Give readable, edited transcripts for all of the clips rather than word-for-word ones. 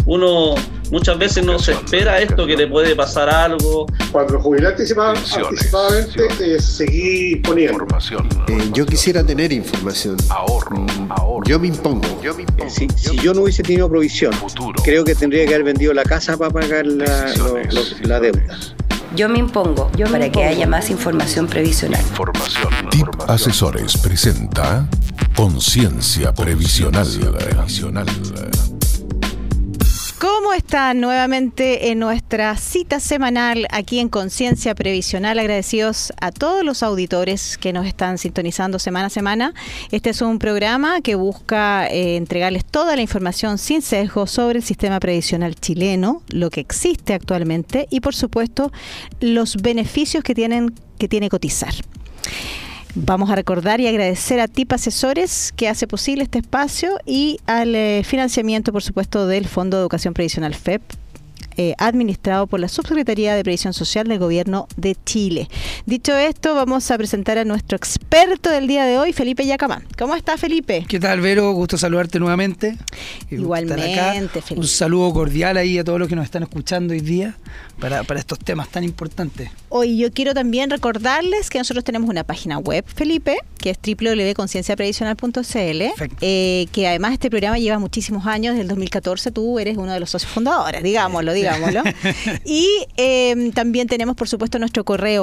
uno muchas veces no se espera esto, que le puede pasar algo. Cuando jubilé anticipadamente, seguí poniendo. Yo quisiera tener información. Ahorro. Yo me impongo. Si yo no hubiese tenido provisión, creo que tendría que haber vendido la casa para pagar la deuda. Yo me impongo para que haya más información previsional. TIP Asesores presenta Conciencia Previsional. ¿Cómo están? Nuevamente en nuestra cita semanal aquí en Conciencia Previsional, agradecidos a todos los auditores que nos están sintonizando semana a semana. Este es un programa que busca entregarles toda la información sin sesgo sobre el sistema previsional chileno, lo que existe actualmente y, por supuesto, los beneficios que tiene cotizar. Vamos a recordar y agradecer a TIP Asesores, que hace posible este espacio, y al financiamiento, por supuesto, del Fondo de Educación Previsional FEP, administrado por la Subsecretaría de Previsión Social del Gobierno de Chile. Dicho esto, vamos a presentar a nuestro experto del día de hoy, Felipe Yacamán. ¿Cómo está, Felipe? ¿Qué tal, Vero? Gusto saludarte nuevamente. Igualmente, Felipe. Un saludo cordial ahí a todos los que nos están escuchando hoy día para estos temas tan importantes. Hoy yo quiero también recordarles que nosotros tenemos una página web, Felipe, que es www.concienciaprevisional.cl, que además este programa lleva muchísimos años, desde el 2014 tú eres uno de los socios fundadores, digámoslo. Y también tenemos, por supuesto, nuestro correo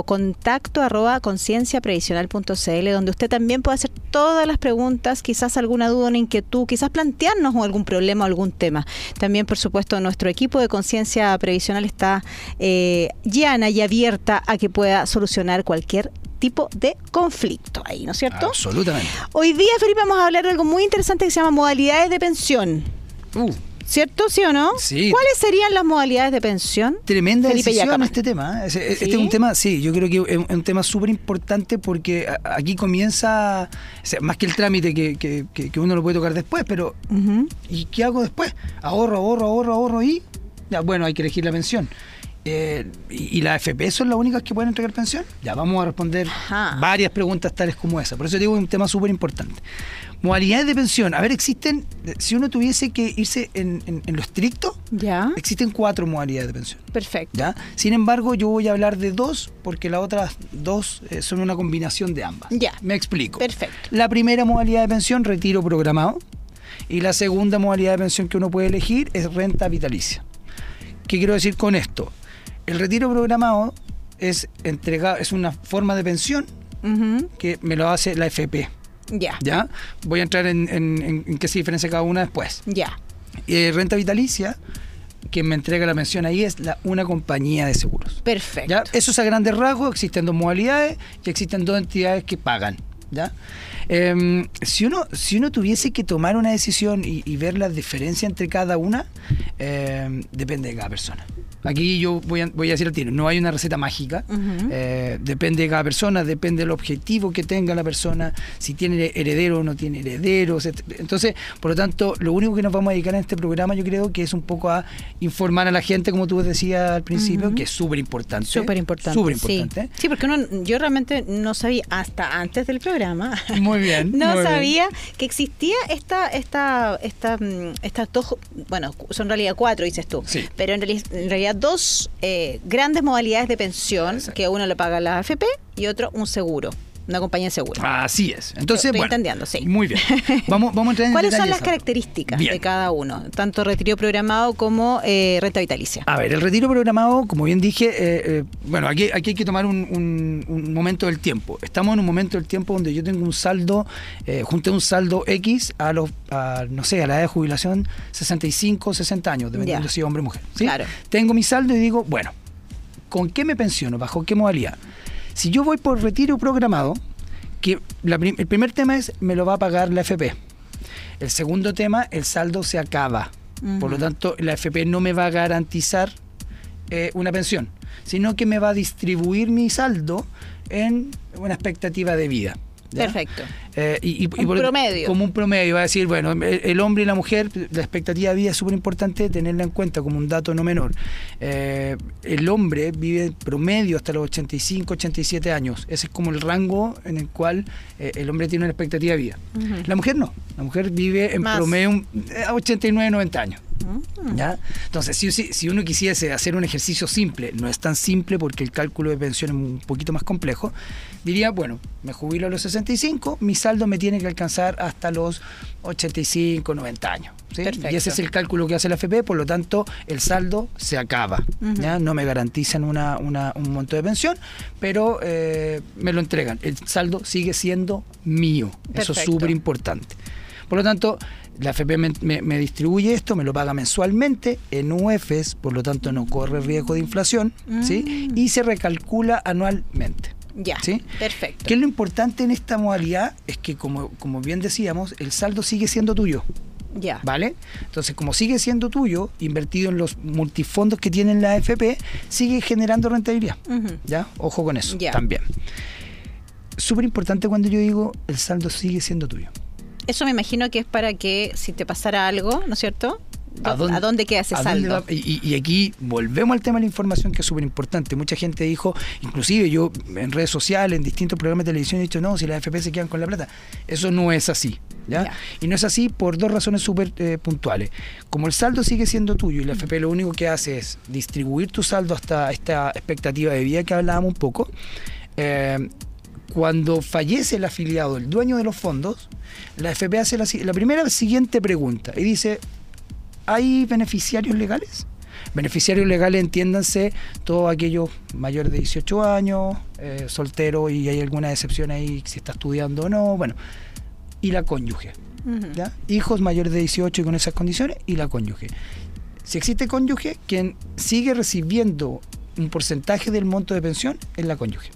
contacto@concienciaprevisional.cl, donde usted también puede hacer todas las preguntas, quizás alguna duda, una inquietud, quizás plantearnos algún problema o algún tema. También, por supuesto, nuestro equipo de Conciencia Previsional está llana y abierta a que pueda solucionar cualquier tipo de conflicto ahí, ¿no es cierto? Absolutamente. Hoy día, Felipe, vamos a hablar de algo muy interesante que se llama modalidades de pensión. ¿Cierto? ¿Sí o no? Sí. ¿Cuáles serían las modalidades de pensión? Tremenda Felipe decisión Yacamán. este tema. Este ¿Sí? es un tema, sí, yo creo que es un tema súper importante porque aquí comienza, o sea, más que el trámite que uno lo puede tocar después, pero ¿y qué hago después? Ahorro y ya, bueno, hay que elegir la pensión. ¿Y la AFP son las únicas que pueden entregar pensión? Ya, vamos a responder varias preguntas tales como esa. Por eso digo, es un tema súper importante. Modalidades de pensión. A ver, existen, si uno tuviese que irse en lo estricto, ya existen 4 modalidades de pensión. Perfecto. ¿Ya? Sin embargo, yo voy a hablar de 2 porque las otras 2 son una combinación de ambas. Ya. Me explico. Perfecto. La primera modalidad de pensión, retiro programado. Y la segunda modalidad de pensión que uno puede elegir es renta vitalicia. ¿Qué quiero decir con esto? El retiro programado es una forma de pensión que me lo hace la AFP. ¿Ya? Voy a entrar en qué se diferencia cada una después. Ya. Renta vitalicia, quien me entrega la pensión ahí es una compañía de seguros. Perfecto. ¿Ya? Eso es a grandes rasgos. Existen 2 modalidades y existen 2 entidades que pagan. ¿Ya? Si uno tuviese que tomar una decisión y ver la diferencia entre cada una, depende de cada persona. Aquí yo voy a decir al tiro, no hay una receta mágica, depende de cada persona, depende del objetivo que tenga la persona, si tiene heredero o no tiene herederos. Entonces, por lo tanto, lo único que nos vamos a dedicar en este programa yo creo que es un poco a informar a la gente, como tú decías al principio, que es súper importante. Súper importante. Sí, porque yo realmente no sabía, hasta antes del programa, muy bien, no sabía que existía estas 2, bueno, son en realidad 4, dices tú, sí. Pero en realidad 2 grandes modalidades de pensión. Exacto. Que uno le paga la AFP y otro un seguro, una compañía de seguro. Así es. Entonces, estoy entendiendo, sí. Muy bien. Vamos a entrar en ¿Cuáles son las ahora. características bien. de cada uno? Tanto retiro programado como renta vitalicia. A ver, el retiro programado, como bien dije, bueno, aquí hay que tomar un momento del tiempo. Estamos en un momento del tiempo donde yo tengo un saldo, junté un saldo X a la edad de jubilación, 65, 60 años, dependiendo si es hombre o mujer. ¿Sí? Claro. Tengo mi saldo y digo, bueno, ¿con qué me pensiono? ¿Bajo qué modalidad? Si yo voy por retiro programado, que el primer tema es, me lo va a pagar la AFP. El segundo tema, el saldo se acaba. Por lo tanto, la AFP no me va a garantizar una pensión, sino que me va a distribuir mi saldo en una expectativa de vida. ¿Ya? Perfecto. Un promedio. Como un promedio, va a decir, bueno, el hombre y la mujer, la expectativa de vida es súper importante tenerla en cuenta como un dato no menor. El hombre vive promedio hasta los 85, 87 años. Ese es como el rango en el cual el hombre tiene una expectativa de vida. La mujer no. La mujer vive en promedio a 89, 90 años. ¿Ya? Entonces, si uno quisiese hacer un ejercicio simple, no es tan simple porque el cálculo de pensión es un poquito más complejo, diría, bueno, me jubilo a los 65, mi saldo me tiene que alcanzar hasta los 85, 90 años. ¿Sí? Y ese es el cálculo que hace la AFP, por lo tanto, el saldo se acaba. ¿Ya? No me garantizan un monto de pensión, pero me lo entregan. El saldo sigue siendo mío. Eso es súper importante. Por lo tanto, la AFP me distribuye esto, me lo paga mensualmente en UEFs, por lo tanto no corre riesgo de inflación, ¿sí? Y se recalcula anualmente. Ya, ¿sí? Perfecto. ¿Qué es lo importante en esta modalidad? Es que, como bien decíamos, el saldo sigue siendo tuyo. Ya. ¿Vale? Entonces, como sigue siendo tuyo, invertido en los multifondos que tienen la AFP, sigue generando rentabilidad. ¿Ya? Ojo con eso también. Súper importante cuando yo digo el saldo sigue siendo tuyo. Eso me imagino que es para que si te pasara algo, ¿no es cierto? ¿A dónde queda ese saldo? Y aquí volvemos al tema de la información, que es súper importante. Mucha gente dijo, inclusive yo en redes sociales, en distintos programas de televisión, he dicho, no, si las AFP se quedan con la plata. Eso no es así. ¿Ya? Y no es así por dos razones súper puntuales. Como el saldo sigue siendo tuyo y la AFP lo único que hace es distribuir tu saldo hasta esta expectativa de vida que hablábamos un poco, cuando fallece el afiliado, el dueño de los fondos, la AFP hace la primera siguiente pregunta y dice, ¿hay beneficiarios legales? Beneficiarios legales, entiéndanse, todos aquellos mayores de 18 años, solteros, y hay alguna excepción ahí, si está estudiando o no, bueno, y la cónyuge. ¿Ya? Hijos mayores de 18 y con esas condiciones, y la cónyuge. Si existe cónyuge, quien sigue recibiendo un porcentaje del monto de pensión es la cónyuge.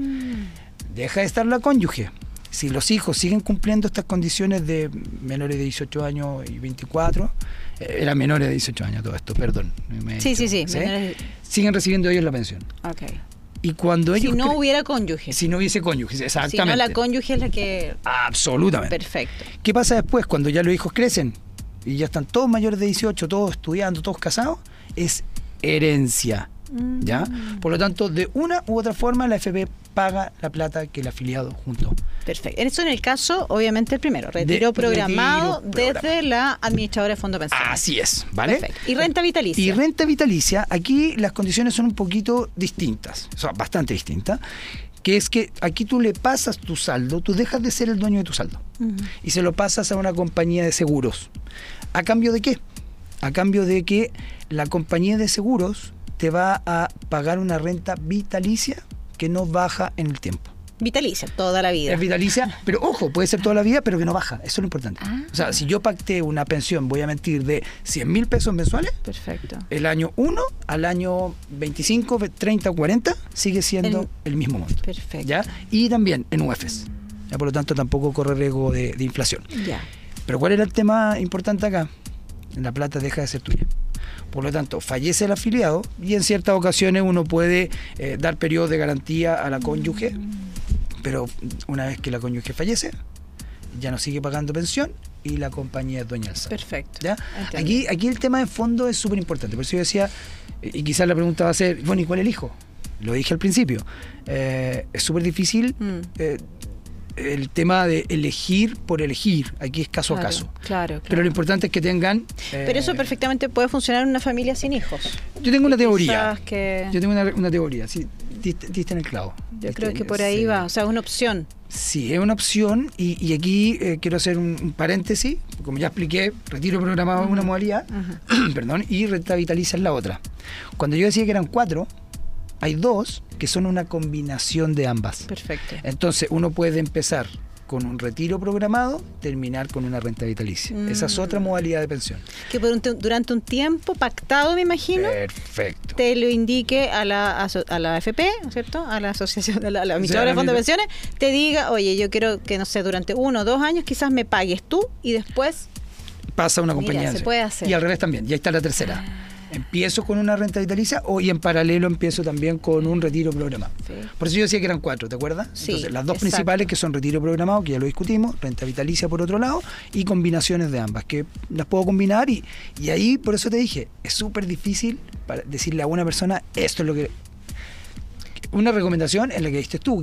Deja de estar la cónyuge. Si los hijos siguen cumpliendo estas condiciones de menores de 18 años y 24, eran menores de 18 años todo esto, perdón. Sí. Siguen recibiendo ellos la pensión. Okay. Y cuando ellos no hubiera cónyuge. Si no hubiese cónyuge, exactamente. Si no, la cónyuge es la que... Absolutamente. Perfecto. ¿Qué pasa después cuando ya los hijos crecen y ya están todos mayores de 18, todos estudiando, todos casados? Es herencia. ¿Ya? Por lo tanto, de una u otra forma, la AFP paga la plata que el afiliado juntó. Perfecto. Eso en el caso, obviamente, el primero, retiro programado desde la administradora de fondo de pensiones. Así es, ¿vale? Perfecto. ¿Y renta vitalicia? Y renta vitalicia, aquí las condiciones son un poquito distintas, o sea, bastante distintas, que es que aquí tú le pasas tu saldo, tú dejas de ser el dueño de tu saldo y se lo pasas a una compañía de seguros. ¿A cambio de qué? A cambio de que la compañía de seguros te va a pagar una renta vitalicia que no baja en el tiempo. Vitalicia, toda la vida. Es vitalicia, pero ojo, puede ser toda la vida, pero que no baja. Eso es lo importante. O sea, si yo pacté una pensión, voy a mentir, de 100.000 pesos mensuales, perfecto, el año 1 al año 25, 30 o 40 sigue siendo el mismo monto. Perfecto. ¿Ya? Y también en UEFs. ¿Ya? Por lo tanto, tampoco corre riesgo de inflación. Ya. Pero ¿cuál era el tema importante acá? La plata deja de ser tuya. Por lo tanto, fallece el afiliado y en ciertas ocasiones uno puede dar periodos de garantía a la cónyuge, pero una vez que la cónyuge fallece, ya no sigue pagando pensión y la compañía es dueña del saldo. Perfecto. ¿Ya? Aquí el tema de fondo es súper importante. Por eso yo decía, y quizás la pregunta va a ser, bueno, ¿y cuál elijo? Lo dije al principio. Es súper difícil el tema de elegir por elegir. Aquí es caso a caso. Claro. Pero lo importante es que tengan... pero eso perfectamente puede funcionar en una familia sin hijos. Yo tengo una teoría. Que... Yo tengo una teoría. Sí, diste en el clavo. Yo creo que por ahí va. O sea, es una opción. Sí, es una opción. Y aquí quiero hacer un paréntesis. Como ya expliqué, retiro programado es una modalidad. Perdón. Y renta vitalicia es la otra. Cuando yo decía que eran 4... hay 2 que son una combinación de ambas. Perfecto. Entonces uno puede empezar con un retiro programado, terminar con una renta vitalicia. Esa es otra modalidad de pensión. Que durante un tiempo pactado, me imagino. Perfecto. Te lo indique a la AFP, ¿no es cierto? A la asociación, a la administradora de fondos de pensiones, te diga, oye, yo quiero que, no sé, durante 1 o 2 años quizás me pagues tú y después... pasa a una compañía. Se puede hacer. Y al revés también, y ahí está la tercera. Empiezo con una renta vitalicia y en paralelo empiezo también con un retiro programado. Sí. Por eso yo decía que eran 4, ¿te acuerdas? Sí, entonces, las dos principales, que son retiro programado, que ya lo discutimos, renta vitalicia por otro lado, y combinaciones de ambas, que las puedo combinar y ahí, por eso te dije, es súper difícil para decirle a una persona, esto es lo que... Una recomendación es la que diste tú, quizás,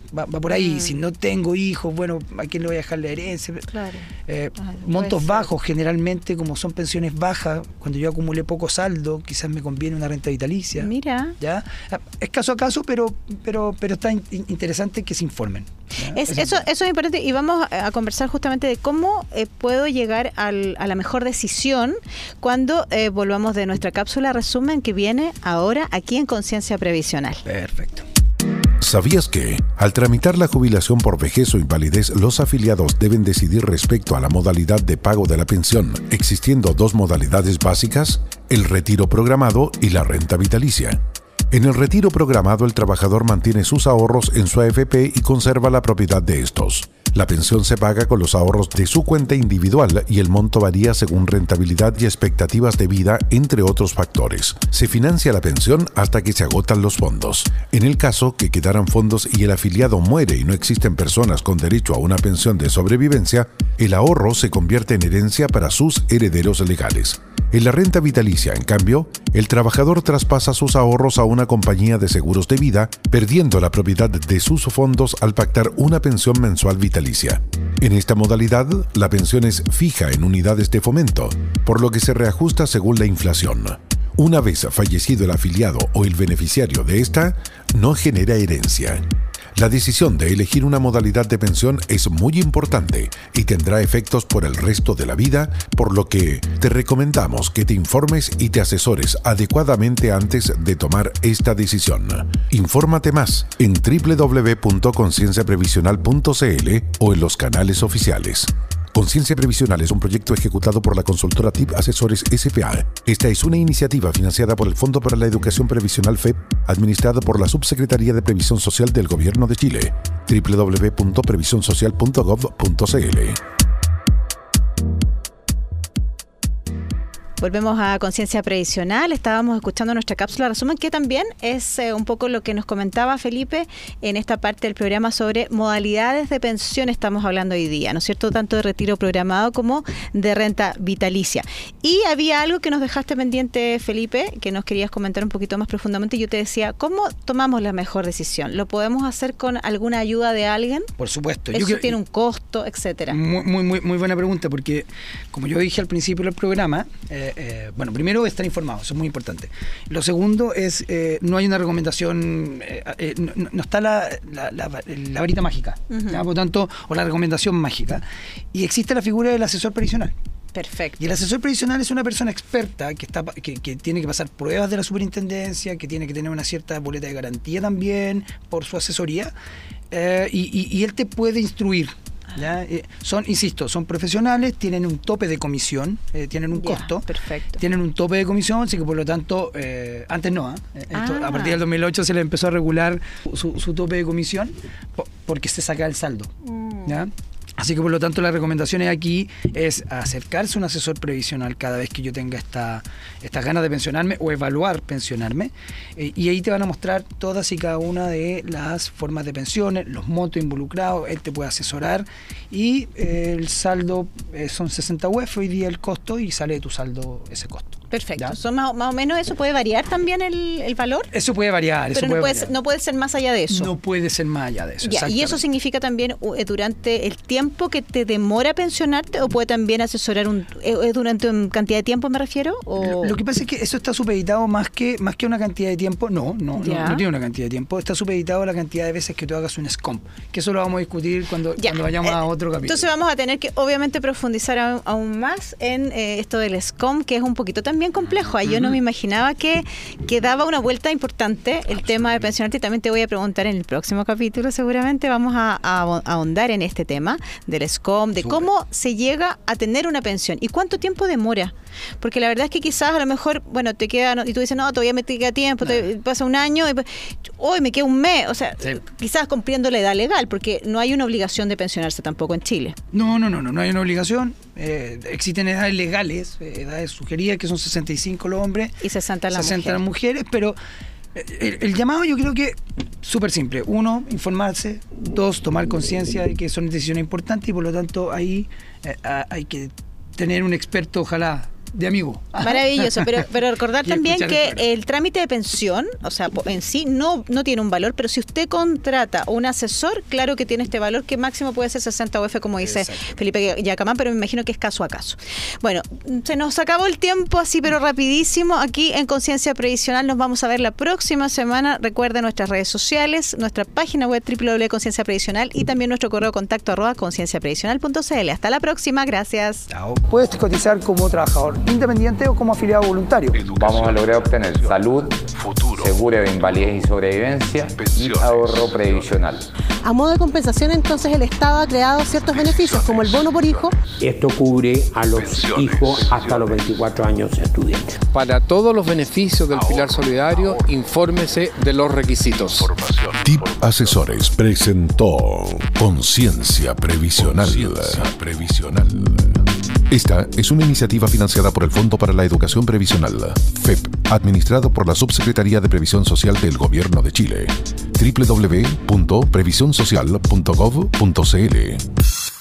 va por ahí. Si no tengo hijos, bueno, ¿a quién le voy a dejar la herencia? Claro. Montos bajos, generalmente, como son pensiones bajas, cuando yo acumulé poco saldo, quizás me conviene una renta vitalicia. Mira. ¿Ya? Es caso a caso, pero está interesante que se informen. Eso es importante, y vamos a conversar justamente de cómo puedo llegar a la mejor decisión cuando volvamos de nuestra cápsula resumen que viene ahora aquí en Conciencia Previsional. Perfecto. ¿Sabías que, al tramitar la jubilación por vejez o invalidez, los afiliados deben decidir respecto a la modalidad de pago de la pensión, existiendo 2 modalidades básicas, el retiro programado y la renta vitalicia? En el retiro programado, el trabajador mantiene sus ahorros en su AFP y conserva la propiedad de estos. La pensión se paga con los ahorros de su cuenta individual y el monto varía según rentabilidad y expectativas de vida, entre otros factores. Se financia la pensión hasta que se agotan los fondos. En el caso que quedaran fondos y el afiliado muere y no existen personas con derecho a una pensión de sobrevivencia, el ahorro se convierte en herencia para sus herederos legales. En la renta vitalicia, en cambio, el trabajador traspasa sus ahorros a una compañía de seguros de vida, perdiendo la propiedad de sus fondos al pactar una pensión mensual vitalicia. En esta modalidad, la pensión es fija en unidades de fomento, por lo que se reajusta según la inflación. Una vez fallecido el afiliado o el beneficiario de esta, no genera herencia. La decisión de elegir una modalidad de pensión es muy importante y tendrá efectos por el resto de la vida, por lo que te recomendamos que te informes y te asesores adecuadamente antes de tomar esta decisión. Infórmate más en www.concienciaprevisional.cl o en los canales oficiales. Conciencia Previsional es un proyecto ejecutado por la consultora TIP Asesores S.p.A. Esta es una iniciativa financiada por el Fondo para la Educación Previsional FEP, administrado por la Subsecretaría de Previsión Social del Gobierno de Chile. www.previsionsocial.gov.cl. Volvemos a Conciencia Previsional. Estábamos escuchando nuestra cápsula resumen, que también es un poco lo que nos comentaba Felipe en esta parte del programa sobre modalidades de pensión. Estamos hablando hoy día, ¿no es cierto? Tanto de retiro programado como de renta vitalicia. Y había algo que nos dejaste pendiente, Felipe, que nos querías comentar un poquito más profundamente. Yo te decía, ¿cómo tomamos la mejor decisión? ¿Lo podemos hacer con alguna ayuda de alguien? Por supuesto. ¿Eso tiene un costo, etcétera? Muy buena pregunta, porque como yo dije al principio del programa, bueno, primero estar informado, eso es muy importante. Lo segundo es, no hay una recomendación, no está la varita mágica, ¿ya? Por lo tanto, o la recomendación mágica. Y existe la figura del asesor previsional. Perfecto. Y el asesor previsional es una persona experta que tiene que pasar pruebas de la superintendencia, que tiene que tener una cierta boleta de garantía también por su asesoría, y él te puede instruir. ¿Ya? Son profesionales, tienen un tope de comisión, tienen un costo, perfecto. Tienen un tope de comisión, así que por lo tanto, antes no, a partir del 2008 se le empezó a regular su tope de comisión porque se saca el saldo. ¿Ya? Así que por lo tanto la recomendación aquí es acercarse a un asesor previsional cada vez que yo tenga estas ganas de pensionarme o evaluar pensionarme, y ahí te van a mostrar todas y cada una de las formas de pensiones, los montos involucrados, él te puede asesorar, y el saldo son 60 UF hoy día el costo, y sale de tu saldo ese costo. Perfecto. ¿Son más o menos eso? ¿Puede variar también el valor? Eso puede variar. Pero no puede ser más allá de eso. No puede ser más allá de eso. ¿Y eso significa también durante el tiempo que te demora pensionarte, o puede también asesorar durante una cantidad de tiempo, me refiero? ¿O? Lo que pasa es que eso está supeditado más que una cantidad de tiempo. No tiene una cantidad de tiempo. Está supeditado a la cantidad de veces que tú hagas un SCOMP. Que eso lo vamos a discutir cuando vayamos a otro capítulo. Entonces vamos a tener que obviamente profundizar aún más en esto del SCOMP, que es un poquito también complejo. Yo no me imaginaba que daba una vuelta importante el tema de pensionarte, y también te voy a preguntar en el próximo capítulo, seguramente vamos a ahondar en este tema del SCOMP, de cómo se llega a tener una pensión y cuánto tiempo demora. Porque la verdad es que quizás a lo mejor, bueno, te queda, y tú dices, no, todavía me queda tiempo, pasa un año, y hoy me queda un mes, o sea, quizás cumpliendo la edad legal, porque no hay una obligación de pensionarse tampoco en Chile. No hay una obligación. Existen edades legales, edades sugeridas, que son 65 los hombres y 60 las mujeres, pero el llamado yo creo que súper simple. 1, informarse. 2, tomar conciencia de que son decisiones importantes, y por lo tanto ahí hay que tener un experto, ojalá de amigo. Maravilloso, pero recordar también que el trámite de pensión, o sea, en sí no tiene un valor, pero si usted contrata un asesor, claro que tiene este valor, que máximo puede ser 60 UF, como dice Felipe Yacamán, pero me imagino que es caso a caso. Bueno, se nos acabó el tiempo así, pero rapidísimo. Aquí en Conciencia Previsional nos vamos a ver la próxima semana. Recuerden nuestras redes sociales, nuestra página web www.conciencia previsional y también nuestro correo contacto @concienciaprevisional.cl. Hasta la próxima, gracias. Chao. Puedes cotizar como trabajador independiente o como afiliado voluntario. Vamos a lograr obtener salud, seguro de invalidez y sobrevivencia y ahorro previsional. A modo de compensación, entonces, el Estado ha creado ciertos beneficios, como el bono por hijo. Esto cubre a los hijos hasta los 24 años estudiantes. Para todos los beneficios del Pilar Solidario, infórmese de los requisitos. TIP Asesores presentó Conciencia Previsional. Esta es una iniciativa financiada por el Fondo para la Educación Previsional, FEP, administrado por la Subsecretaría de Previsión Social del Gobierno de Chile. www.previsionsocial.gov.cl